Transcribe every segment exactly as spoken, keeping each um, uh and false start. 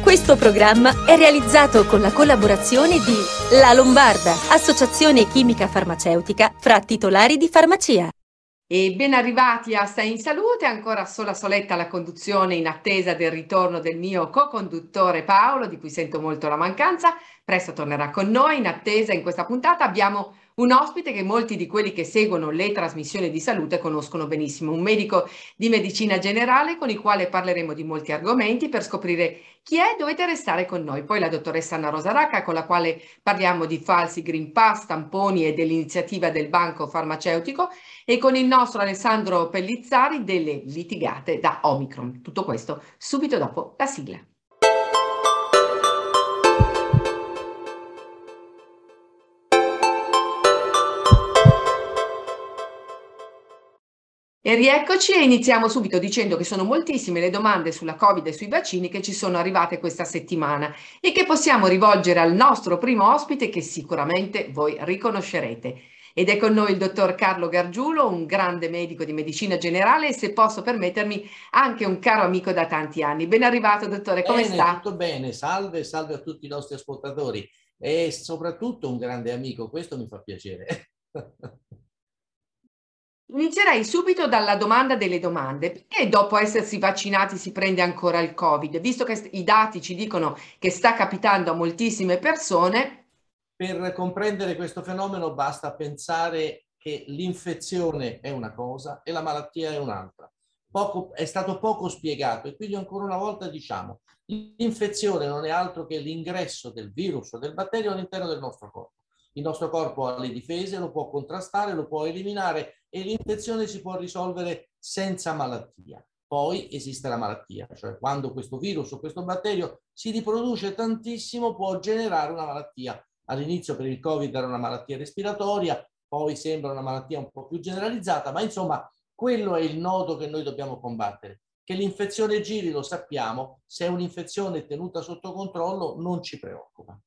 Questo programma è realizzato con la collaborazione di La Lombarda, associazione chimica farmaceutica fra titolari di farmacia. E ben arrivati a Stai in Salute, ancora sola soletta alla conduzione in attesa del ritorno del mio co-conduttore Paolo, di cui sento molto la mancanza. Presto tornerà con noi. In attesa, in questa puntata abbiamo un ospite che molti di quelli che seguono le trasmissioni di salute conoscono benissimo, un medico di medicina generale con il quale parleremo di molti argomenti. Per scoprire chi è dovete restare con noi. Poi la dottoressa Anna Rosa Racca, con la quale parliamo di falsi Green Pass, tamponi e dell'iniziativa del Banco Farmaceutico, e con il nostro Alessandro Pellizzari delle litigate da Omicron. Tutto questo subito dopo la sigla. E rieccoci e iniziamo subito dicendo che sono moltissime le domande sulla Covid e sui vaccini che ci sono arrivate questa settimana e che possiamo rivolgere al nostro primo ospite che sicuramente voi riconoscerete. Ed è con noi il dottor Carlo Gargiulo, un grande medico di medicina generale e, se posso permettermi, anche un caro amico da tanti anni. Ben arrivato, dottore, come Bene, sta? tutto bene, salve, salve a tutti i nostri ascoltatori e soprattutto un grande amico, questo mi fa piacere. Inizierei subito dalla domanda delle domande. Perché dopo essersi vaccinati si prende ancora il Covid? Visto che i dati ci dicono che sta capitando a moltissime persone. Per comprendere questo fenomeno basta pensare che l'infezione è una cosa e la malattia è un'altra. Poco, è stato poco spiegato e quindi ancora una volta diciamo, l'infezione non è altro che l'ingresso del virus o del batterio all'interno del nostro corpo. Il nostro corpo ha le difese, lo può contrastare, lo può eliminare e l'infezione si può risolvere senza malattia. Poi esiste la malattia, cioè quando questo virus o questo batterio si riproduce tantissimo può generare una malattia. All'inizio per il Covid era una malattia respiratoria, poi sembra una malattia un po' più generalizzata, ma insomma quello è il nodo che noi dobbiamo combattere. Che l'infezione giri lo sappiamo, se è un'infezione tenuta sotto controllo non ci preoccupa.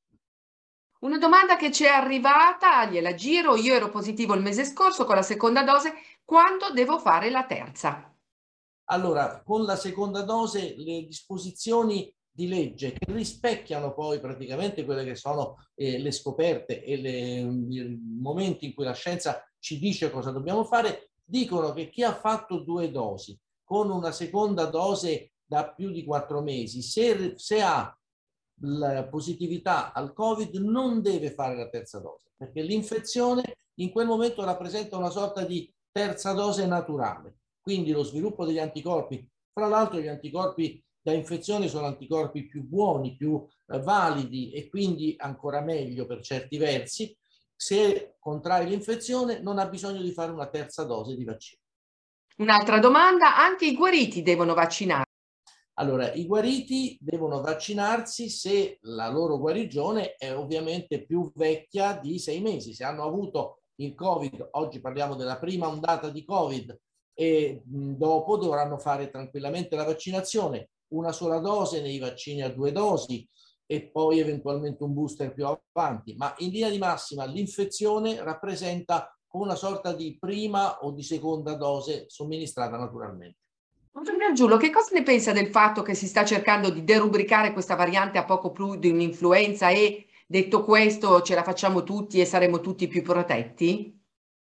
Una domanda che ci è arrivata, gliela giro, io ero positivo il mese scorso con la seconda dose, quando devo fare la terza? Allora, con la seconda dose le disposizioni di legge che rispecchiano poi praticamente quelle che sono eh, le scoperte e le, i momenti in cui la scienza ci dice cosa dobbiamo fare, dicono che chi ha fatto due dosi con una seconda dose da più di quattro mesi, se, se ha la positività al Covid non deve fare la terza dose, perché l'infezione in quel momento rappresenta una sorta di terza dose naturale, quindi lo sviluppo degli anticorpi. Fra l'altro gli anticorpi da infezione sono anticorpi più buoni, più eh, validi e quindi ancora meglio per certi versi. Se contrae l'infezione non ha bisogno di fare una terza dose di vaccino. Un'altra domanda, anche i guariti devono vaccinare? Allora, i guariti devono vaccinarsi se la loro guarigione è ovviamente più vecchia di sei mesi. Se hanno avuto il Covid, oggi parliamo della prima ondata di Covid, e mh, dopo dovranno fare tranquillamente la vaccinazione, una sola dose nei vaccini a due dosi e poi eventualmente un booster più avanti. Ma in linea di massima l'infezione rappresenta una sorta di prima o di seconda dose somministrata naturalmente. Dottor Gargiulo, che cosa ne pensa del fatto che si sta cercando di derubricare questa variante a poco più di un'influenza e, detto questo, ce la facciamo tutti e saremo tutti più protetti?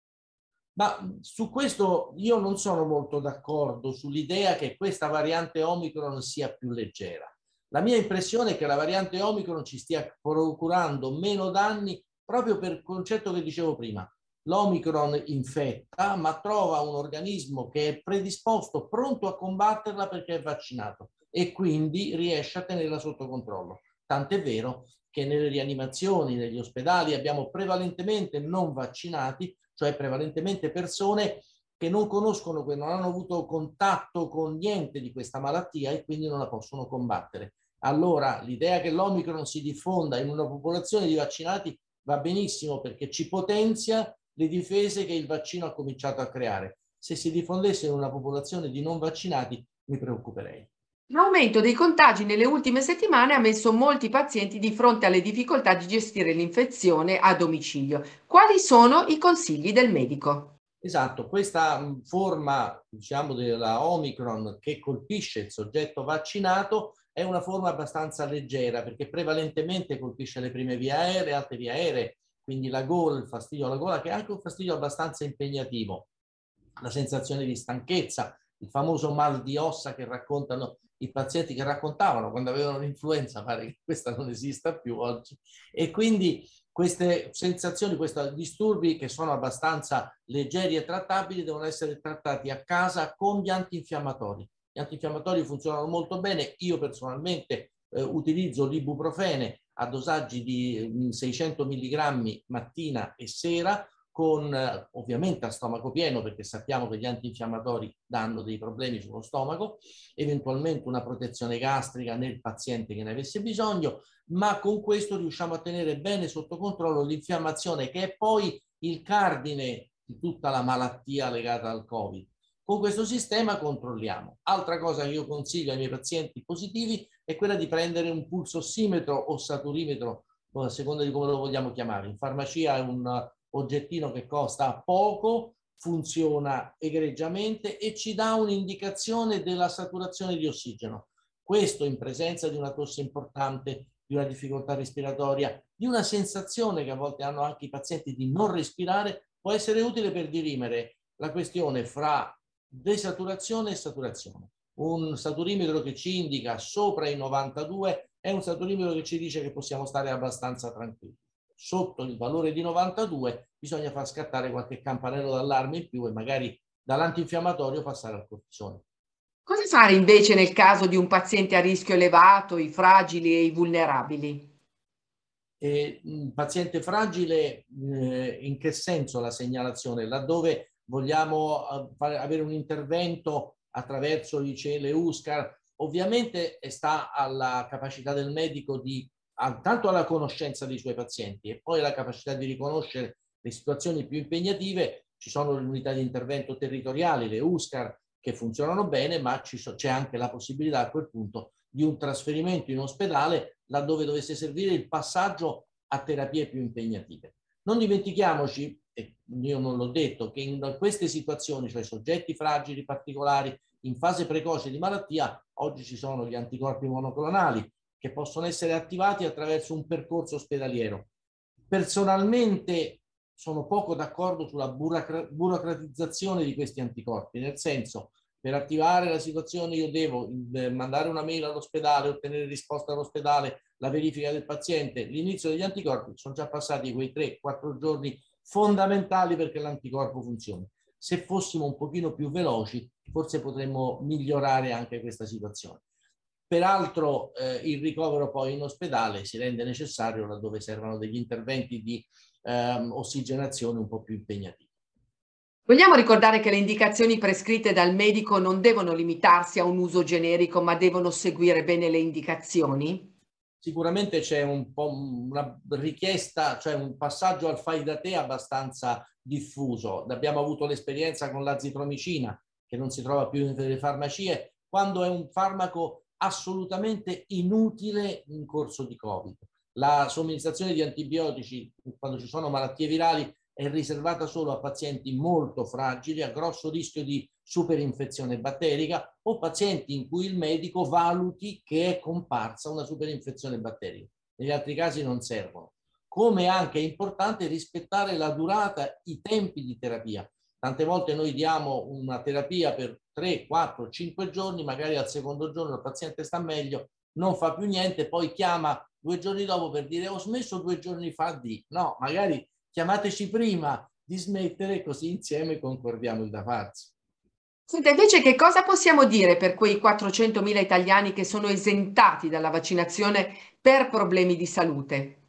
Ma su questo io non sono molto d'accordo sull'idea che questa variante Omicron sia più leggera. La mia impressione è che la variante Omicron ci stia procurando meno danni proprio per il concetto che dicevo prima. L'Omicron infetta, ma trova un organismo che è predisposto, pronto a combatterla perché è vaccinato e quindi riesce a tenerla sotto controllo. Tant'è vero che nelle rianimazioni, negli ospedali abbiamo prevalentemente non vaccinati, cioè prevalentemente persone che non conoscono, che non hanno avuto contatto con niente di questa malattia e quindi non la possono combattere. Allora l'idea che l'Omicron si diffonda in una popolazione di vaccinati va benissimo perché ci potenzia le difese che il vaccino ha cominciato a creare. Se si diffondesse in una popolazione di non vaccinati mi preoccuperei. L'aumento dei contagi nelle ultime settimane ha messo molti pazienti di fronte alle difficoltà di gestire l'infezione a domicilio. Quali sono i consigli del medico? Esatto, questa forma, diciamo, della Omicron che colpisce il soggetto vaccinato è una forma abbastanza leggera perché prevalentemente colpisce le prime vie aeree, alte vie aeree, quindi la gola, il fastidio alla gola, che è anche un fastidio abbastanza impegnativo, la sensazione di stanchezza, il famoso mal di ossa che raccontano i pazienti, che raccontavano quando avevano l'influenza, pare che questa non esista più oggi, e quindi queste sensazioni, questi disturbi che sono abbastanza leggeri e trattabili devono essere trattati a casa con gli antinfiammatori. Gli antinfiammatori funzionano molto bene, io personalmente eh, utilizzo l'ibuprofene a dosaggi di seicento milligrammi mattina e sera, con eh, ovviamente a stomaco pieno, perché sappiamo che gli antinfiammatori danno dei problemi sullo stomaco, eventualmente una protezione gastrica nel paziente che ne avesse bisogno, ma con questo riusciamo a tenere bene sotto controllo l'infiammazione, che è poi il cardine di tutta la malattia legata al Covid. Con questo sistema controlliamo. Altra cosa che io consiglio ai miei pazienti positivi è quella di prendere un pulsossimetro o saturimetro, a seconda di come lo vogliamo chiamare. In farmacia è un oggettino che costa poco, funziona egregiamente e ci dà un'indicazione della saturazione di ossigeno. Questo in presenza di una tosse importante, di una difficoltà respiratoria, di una sensazione che a volte hanno anche i pazienti di non respirare, può essere utile per dirimere la questione fra desaturazione e saturazione. Un saturimetro che ci indica sopra i novantadue è un saturimetro che ci dice che possiamo stare abbastanza tranquilli. Sotto il valore di novantadue bisogna far scattare qualche campanello d'allarme in più e magari dall'antinfiammatorio passare al cortisone. Cosa fare invece nel caso di un paziente a rischio elevato, i fragili e i vulnerabili? E, mh, paziente fragile, eh, in che senso la segnalazione? Laddove vogliamo uh, fare, avere un intervento attraverso l'I C E, le U S C A R, ovviamente sta alla capacità del medico di tanto alla conoscenza dei suoi pazienti e poi alla capacità di riconoscere le situazioni più impegnative. Ci sono le unità di intervento territoriali, le U S C A R, che funzionano bene, ma c'è anche la possibilità a quel punto di un trasferimento in ospedale laddove dovesse servire il passaggio a terapie più impegnative. Non dimentichiamoci, e io non l'ho detto, che in queste situazioni, cioè soggetti fragili particolari in fase precoce di malattia, oggi ci sono gli anticorpi monoclonali che possono essere attivati attraverso un percorso ospedaliero. Personalmente sono poco d'accordo sulla burocra- burocratizzazione di questi anticorpi, nel senso, per attivare la situazione io devo eh, mandare una mail all'ospedale, ottenere risposta all'ospedale, la verifica del paziente, l'inizio degli anticorpi, sono già passati quei tre quattro giorni fondamentali perché l'anticorpo funzioni. Se fossimo un pochino più veloci, forse potremmo migliorare anche questa situazione. Peraltro eh, il ricovero poi in ospedale si rende necessario laddove servono degli interventi di ehm, ossigenazione un po' più impegnativi. Vogliamo ricordare che le indicazioni prescritte dal medico non devono limitarsi a un uso generico, ma devono seguire bene le indicazioni? Sicuramente c'è un po' una richiesta, cioè un passaggio al fai da te abbastanza diffuso. Abbiamo avuto l'esperienza con l'azitromicina, che non si trova più nelle farmacie, quando è un farmaco assolutamente inutile in corso di Covid. La somministrazione di antibiotici quando ci sono malattie virali è riservata solo a pazienti molto fragili, a grosso rischio di superinfezione batterica o pazienti in cui il medico valuti che è comparsa una superinfezione batterica. Negli altri casi non servono. Come anche è importante rispettare la durata, i tempi di terapia. Tante volte noi diamo una terapia per tre, quattro, cinque giorni, magari al secondo giorno il paziente sta meglio, non fa più niente, poi chiama due giorni dopo per dire ho smesso due giorni fa di... No, magari chiamateci prima di smettere, così insieme concordiamo il da farsi. Senta, invece che cosa possiamo dire per quei quattrocentomila italiani che sono esentati dalla vaccinazione per problemi di salute?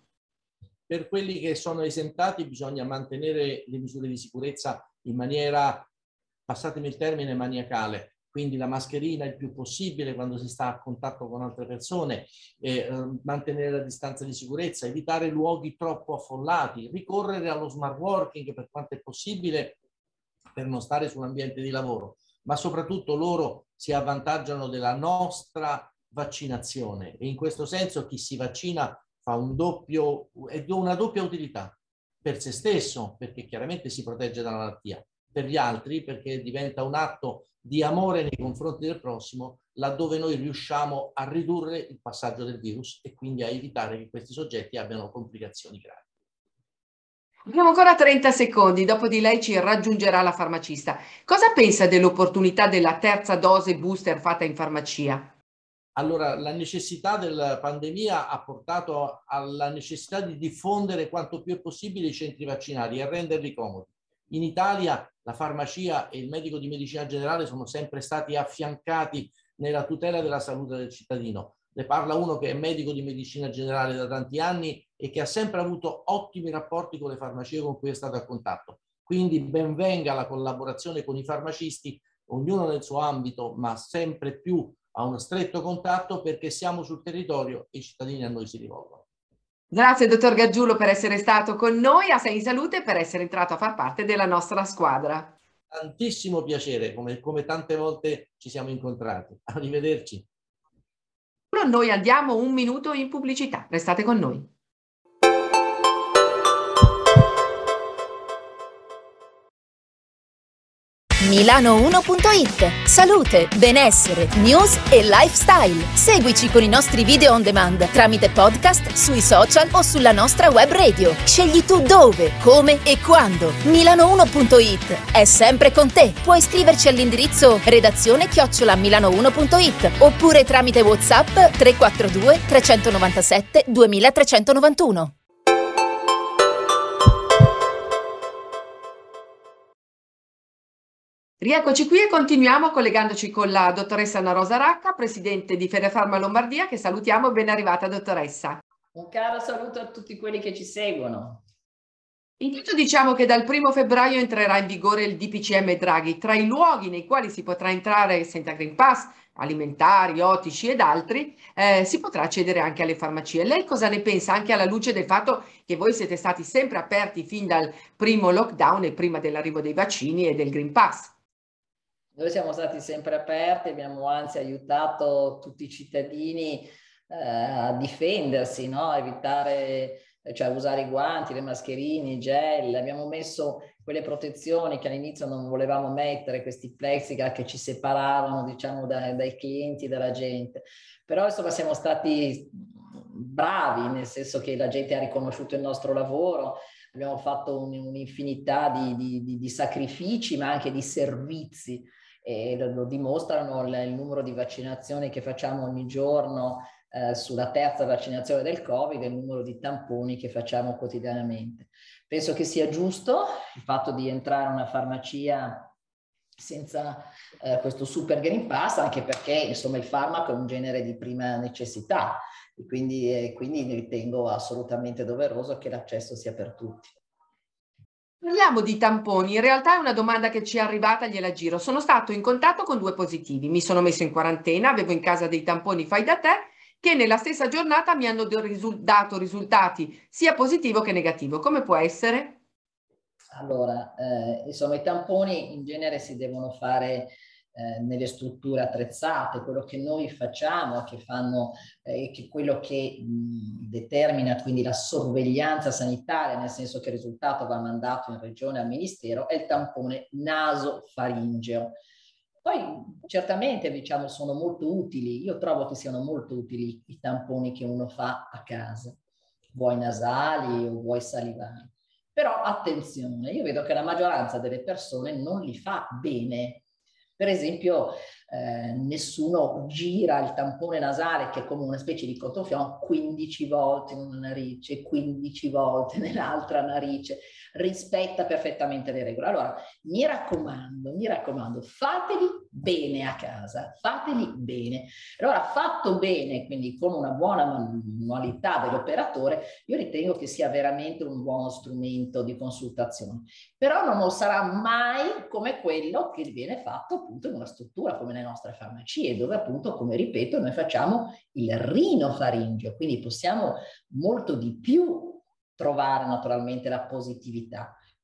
Per quelli che sono esentati bisogna mantenere le misure di sicurezza in maniera, passatemi il termine, maniacale. Quindi la mascherina il più possibile quando si sta a contatto con altre persone, eh, mantenere la distanza di sicurezza, evitare luoghi troppo affollati, ricorrere allo smart working per quanto è possibile per non stare su un ambiente di lavoro, ma soprattutto loro si avvantaggiano della nostra vaccinazione e in questo senso chi si vaccina fa un doppio, è una doppia utilità per se stesso, perché chiaramente si protegge dalla malattia, per gli altri, perché diventa un atto di amore nei confronti del prossimo, laddove noi riusciamo a ridurre il passaggio del virus e quindi a evitare che questi soggetti abbiano complicazioni gravi. Abbiamo ancora trenta secondi, dopo di lei ci raggiungerà la farmacista. Cosa pensa dell'opportunità della terza dose booster fatta in farmacia? Allora, la necessità della pandemia ha portato alla necessità di diffondere quanto più è possibile i centri vaccinali e renderli comodi. In Italia la farmacia e il medico di medicina generale sono sempre stati affiancati nella tutela della salute del cittadino. Ne parla uno che è medico di medicina generale da tanti anni e che ha sempre avuto ottimi rapporti con le farmacie con cui è stato a contatto. Quindi ben venga la collaborazione con i farmacisti, ognuno nel suo ambito, ma sempre più a uno stretto contatto, perché siamo sul territorio e i cittadini a noi si rivolgono. Grazie dottor Gargiulo per essere stato con noi a Sei in Salute e per essere entrato a far parte della nostra squadra. Tantissimo piacere, come, come tante volte ci siamo incontrati. Arrivederci. Noi andiamo un minuto in pubblicità, restate con noi. Milano uno punto it. Salute, benessere, news e lifestyle. Seguici con i nostri video on demand tramite podcast, sui social o sulla nostra web radio. Scegli tu dove, come e quando. Milano uno punto it è sempre con te. Puoi scriverci all'indirizzo redazione chiocciola milano uno punto it oppure tramite WhatsApp tre quattro due tre nove sette due tre nove uno. Rieccoci qui e continuiamo collegandoci con la dottoressa Anna Rosa Racca, presidente di Federfarma Lombardia, che salutiamo. Ben arrivata, dottoressa. Un caro saluto a tutti quelli che ci seguono. Intanto diciamo che dal primo febbraio entrerà in vigore il D P C M Draghi. Tra i luoghi nei quali si potrà entrare senza Green Pass, alimentari, ottici ed altri, eh, si potrà accedere anche alle farmacie. Lei cosa ne pensa, anche alla luce del fatto che voi siete stati sempre aperti fin dal primo lockdown e prima dell'arrivo dei vaccini e del Green Pass? Noi siamo stati sempre aperti, abbiamo anzi aiutato tutti i cittadini eh, a difendersi, no? A evitare, cioè usare i guanti, le mascherine, i gel. Abbiamo messo quelle protezioni che all'inizio non volevamo mettere, questi plexiglass che ci separavano, diciamo, dai, dai clienti, dalla gente. Però insomma siamo stati bravi, nel senso che la gente ha riconosciuto il nostro lavoro. Abbiamo fatto un'infinità di, di, di, di sacrifici, ma anche di servizi. E lo, lo dimostrano il, il numero di vaccinazioni che facciamo ogni giorno eh, sulla terza vaccinazione del Covid e il numero di tamponi che facciamo quotidianamente. Penso che sia giusto il fatto di entrare in una farmacia senza eh, questo super Green Pass, anche perché insomma il farmaco è un genere di prima necessità e quindi, eh, quindi ritengo assolutamente doveroso che l'accesso sia per tutti. Parliamo di tamponi, in realtà è una domanda che ci è arrivata, gliela giro. Sono stato in contatto con due positivi, mi sono messo in quarantena, avevo in casa dei tamponi fai da te che nella stessa giornata mi hanno dato risultati sia positivo che negativo. Come può essere? Allora, eh, insomma i tamponi in genere si devono fare eh, nelle strutture attrezzate. Quello che noi facciamo, che fanno, eh, che quello che mh, determina quindi la sorveglianza sanitaria, nel senso che il risultato va mandato in regione al ministero, è il tampone nasofaringeo. Poi certamente diciamo sono molto utili, io trovo che siano molto utili i tamponi che uno fa a casa, vuoi nasali o vuoi salivari. Però attenzione, io vedo che la maggioranza delle persone non li fa bene. Per esempio, eh, nessuno gira il tampone nasale, che è come una specie di cottofion, quindici volte in una narice, quindici volte nell'altra narice, rispetta perfettamente le regole. Allora, mi raccomando, mi raccomando, fateli bene a casa, fateli bene. Allora, fatto bene, quindi con una buona manualità dell'operatore, io ritengo che sia veramente un buono strumento di consultazione. Però non lo sarà mai come quello che viene fatto appunto in una struttura come le nostre farmacie, dove appunto, come ripeto, noi facciamo il rinofaringeo, quindi possiamo molto di più trovare naturalmente la positività.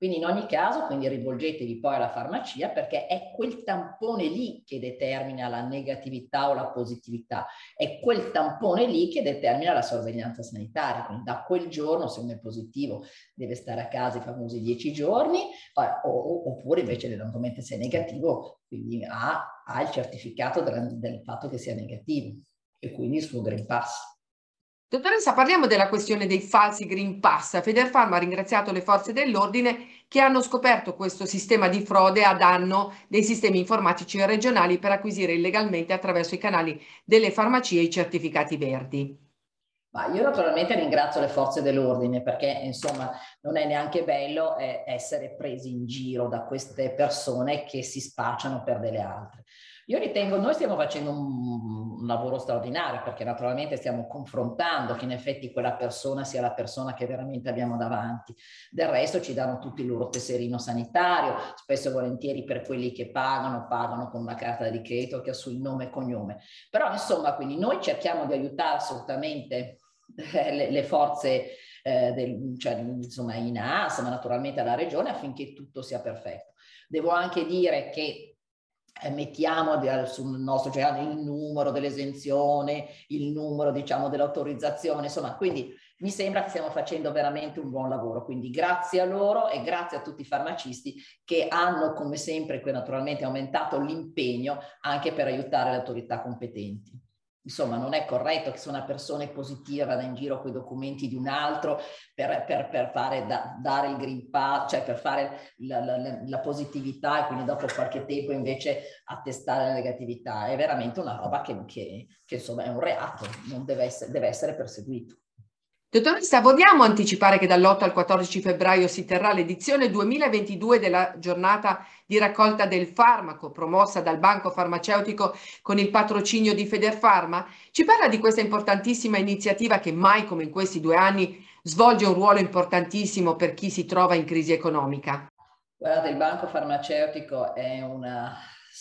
Quindi in ogni caso, quindi rivolgetevi poi alla farmacia, perché è quel tampone lì che determina la negatività o la positività, è quel tampone lì che determina la sorveglianza sanitaria. Quindi da quel giorno, se uno è positivo, deve stare a casa i famosi dieci giorni, o, o, oppure invece eventualmente se è negativo, quindi ha, ha il certificato del, del fatto che sia negativo e quindi il suo Green Pass. Dottoressa, parliamo della questione dei falsi Green Pass. Federfarma ha ringraziato le forze dell'ordine che hanno scoperto questo sistema di frode a danno dei sistemi informatici regionali per acquisire illegalmente attraverso i canali delle farmacie i certificati verdi. Ma io naturalmente ringrazio le forze dell'ordine, perché insomma non è neanche bello eh, essere presi in giro da queste persone che si spacciano per delle altre. Io ritengo, noi stiamo facendo un, un lavoro straordinario, perché naturalmente stiamo confrontando che in effetti quella persona sia la persona che veramente abbiamo davanti. Del resto ci danno tutti il loro tesserino sanitario, spesso e volentieri per quelli che pagano, pagano con una carta di credito che ha sul nome e cognome. Però insomma, quindi noi cerchiamo di aiutare assolutamente le, le forze eh, del, cioè, insomma in A S, ma naturalmente alla regione, affinché tutto sia perfetto. Devo anche dire che eh, mettiamo sul nostro giornale il numero dell'esenzione, il numero diciamo dell'autorizzazione, insomma, quindi mi sembra che stiamo facendo veramente un buon lavoro, quindi grazie a loro e grazie a tutti i farmacisti che hanno come sempre naturalmente aumentato l'impegno anche per aiutare le autorità competenti. Insomma, non è corretto che se una persona è positiva vada in giro con i documenti di un altro per, per, per fare da, dare il Green Pass, cioè per fare la, la, la positività e quindi dopo qualche tempo invece attestare la negatività. È veramente una roba che, che, che insomma è un reato, non deve essere, deve essere perseguito. Dottoressa, vogliamo anticipare che dall'otto al quattordici febbraio si terrà l'edizione duemilaventidue della giornata di raccolta del farmaco promossa dal Banco Farmaceutico con il patrocinio di Federfarma? Ci parla di questa importantissima iniziativa che mai come in questi due anni svolge un ruolo importantissimo per chi si trova in crisi economica. Guardate, il Banco Farmaceutico è una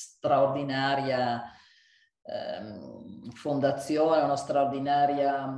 straordinaria ehm, fondazione, una straordinaria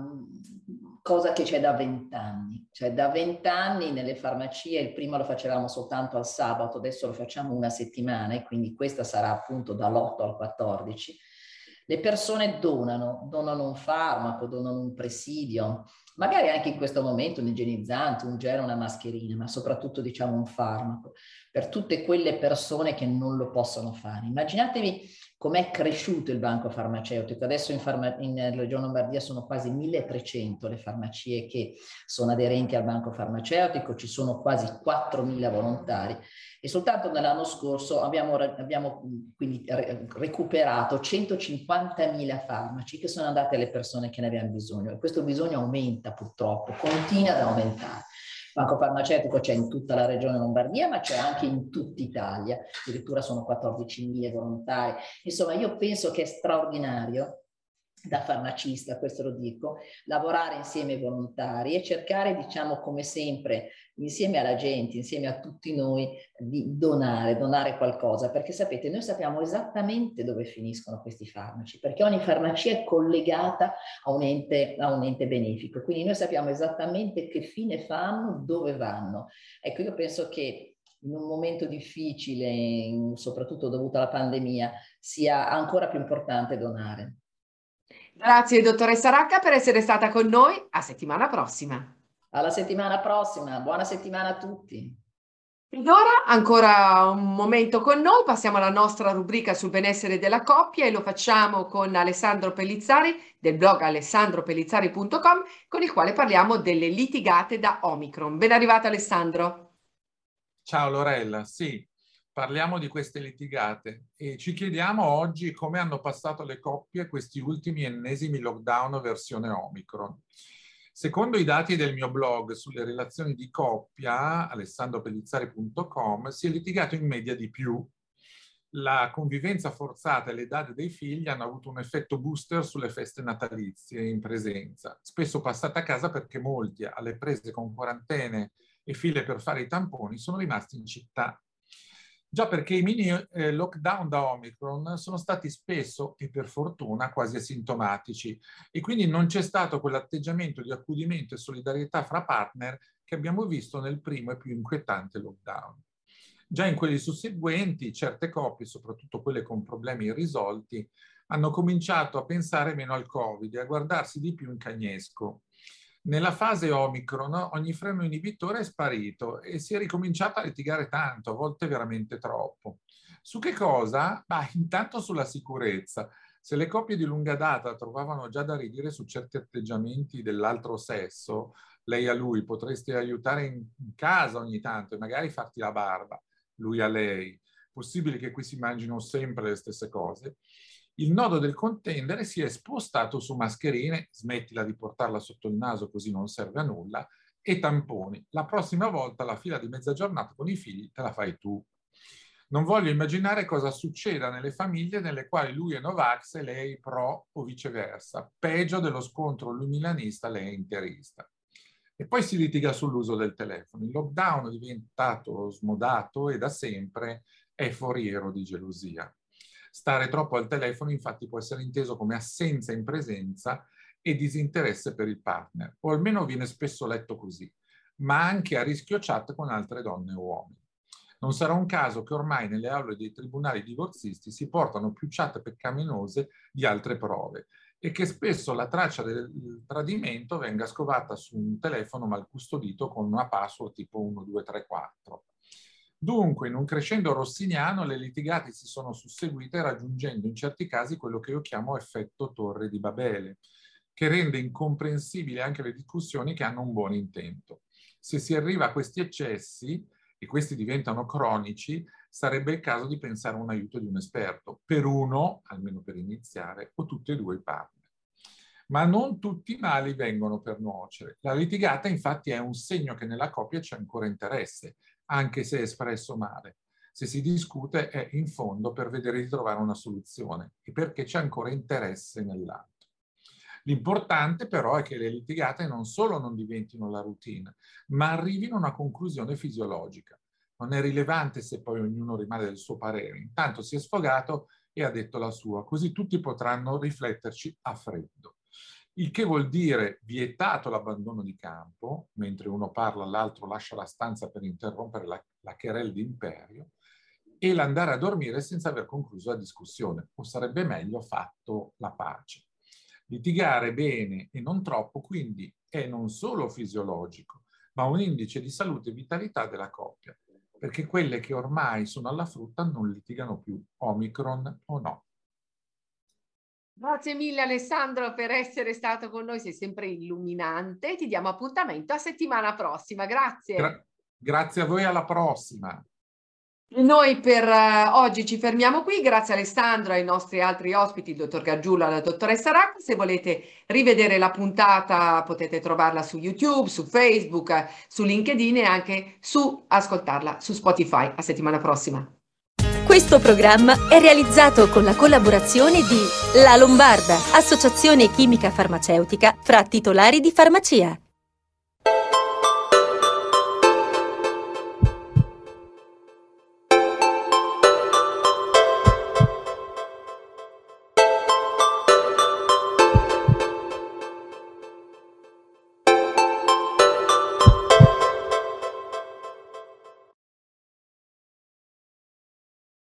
cosa che c'è da vent'anni, cioè da vent'anni nelle farmacie, il primo lo facevamo soltanto al sabato, adesso lo facciamo una settimana e quindi questa sarà appunto dall'otto al quattordici. Le persone donano, donano un farmaco, donano un presidio, magari anche in questo momento un igienizzante, un gel, una mascherina, ma soprattutto diciamo un farmaco, per tutte quelle persone che non lo possono fare. Immaginatevi com'è cresciuto il banco farmaceutico. Adesso in, farma in Regione Lombardia sono quasi milletrecento le farmacie che sono aderenti al banco farmaceutico, ci sono quasi quattromila volontari e soltanto nell'anno scorso abbiamo, abbiamo quindi recuperato centocinquantamila farmaci che sono andati alle persone che ne avevano bisogno e questo bisogno aumenta purtroppo, continua ad aumentare. Il banco farmaceutico c'è in tutta la regione Lombardia, ma c'è anche in tutta Italia, addirittura sono quattordicimila volontari. Insomma, io penso che è straordinario, da farmacista, questo lo dico, lavorare insieme ai volontari e cercare, diciamo, come sempre, insieme alla gente, insieme a tutti noi, di donare, donare qualcosa, perché sapete, noi sappiamo esattamente dove finiscono questi farmaci, perché ogni farmacia è collegata a un ente, a un ente benefico, quindi noi sappiamo esattamente che fine fanno, dove vanno. Ecco, io penso che in un momento difficile, soprattutto dovuto alla pandemia, sia ancora più importante donare. Grazie dottoressa Racca per essere stata con noi, a settimana prossima. Alla settimana prossima, buona settimana a tutti. Ed ora ancora un momento con noi, passiamo alla nostra rubrica sul benessere della coppia e lo facciamo con Alessandro Pellizzari del blog alessandro pellizzari punto com con il quale parliamo delle litigate da Omicron. Ben arrivato Alessandro. Ciao Lorella, sì. Parliamo di queste litigate e ci chiediamo oggi come hanno passato le coppie questi ultimi ennesimi lockdown versione Omicron. Secondo i dati del mio blog sulle relazioni di coppia, alessandro pellizzari punto com, si è litigato in media di più. La convivenza forzata e le date dei figli hanno avuto un effetto booster sulle feste natalizie in presenza, spesso passate a casa perché molti, alle prese con quarantene e file per fare i tamponi, sono rimasti in città. Già perché i mini eh, lockdown da Omicron sono stati spesso, e per fortuna, quasi asintomatici, e quindi non c'è stato quell'atteggiamento di accudimento e solidarietà fra partner che abbiamo visto nel primo e più inquietante lockdown. Già in quelli susseguenti, certe coppie, soprattutto quelle con problemi irrisolti, hanno cominciato a pensare meno al Covid e a guardarsi di più in cagnesco. Nella fase Omicron ogni freno inibitore è sparito e si è ricominciato a litigare tanto, a volte veramente troppo. Su che cosa? Bah, intanto sulla sicurezza. Se le coppie di lunga data trovavano già da ridire su certi atteggiamenti dell'altro sesso, lei a lui, potresti aiutare in casa ogni tanto e magari farti la barba, lui a lei. Possibile che qui si mangino sempre le stesse cose? Il nodo del contendere si è spostato su mascherine, smettila di portarla sotto il naso così non serve a nulla, e tamponi. La prossima volta la fila di mezza giornata con i figli te la fai tu. Non voglio immaginare cosa succeda nelle famiglie nelle quali lui è Novax e lei pro o viceversa. Peggio dello scontro lui milanista, lei interista. E poi si litiga sull'uso del telefono. Il lockdown è diventato smodato e da sempre è foriero di gelosia. Stare troppo al telefono infatti può essere inteso come assenza in presenza e disinteresse per il partner, o almeno viene spesso letto così, ma anche a rischio chat con altre donne o uomini. Non sarà un caso che ormai nelle aule dei tribunali divorzisti si portano più chat peccaminose di altre prove e che spesso la traccia del tradimento venga scovata su un telefono mal custodito con una password tipo uno due tre quattro. Dunque, in un crescendo rossiniano, le litigate si sono susseguite raggiungendo in certi casi quello che io chiamo effetto Torre di Babele, che rende incomprensibili anche le discussioni che hanno un buon intento. Se si arriva a questi eccessi, e questi diventano cronici, sarebbe il caso di pensare a un aiuto di un esperto, per uno, almeno per iniziare, o tutti e due i partner. Ma non tutti i mali vengono per nuocere. La litigata infatti è un segno che nella coppia c'è ancora interesse, anche se espresso male. Se si discute è in fondo per vedere di trovare una soluzione e perché c'è ancora interesse nell'altro. L'importante però è che le litigate non solo non diventino la routine, ma arrivino a una conclusione fisiologica. Non è rilevante se poi ognuno rimane del suo parere. Intanto si è sfogato e ha detto la sua, così tutti potranno rifletterci a freddo. Il che vuol dire vietato l'abbandono di campo, mentre uno parla l'altro lascia la stanza per interrompere la, la querelle d'imperio, e l'andare a dormire senza aver concluso la discussione, o sarebbe meglio fatto la pace. Litigare bene e non troppo, quindi, è non solo fisiologico, ma un indice di salute e vitalità della coppia, perché quelle che ormai sono alla frutta non litigano più, Omicron o no. Grazie mille Alessandro per essere stato con noi, sei sempre illuminante. Ti diamo appuntamento a settimana prossima. Grazie. Gra- grazie a voi, alla prossima. Noi per uh, oggi ci fermiamo qui, grazie Alessandro e ai nostri altri ospiti, il dottor Gargiulo e la dottoressa Racco. Se volete rivedere la puntata potete trovarla su YouTube, su Facebook, su LinkedIn e anche su ascoltarla su Spotify. A settimana prossima. Questo programma è realizzato con la collaborazione di La Lombarda, associazione chimica farmaceutica fra titolari di farmacia.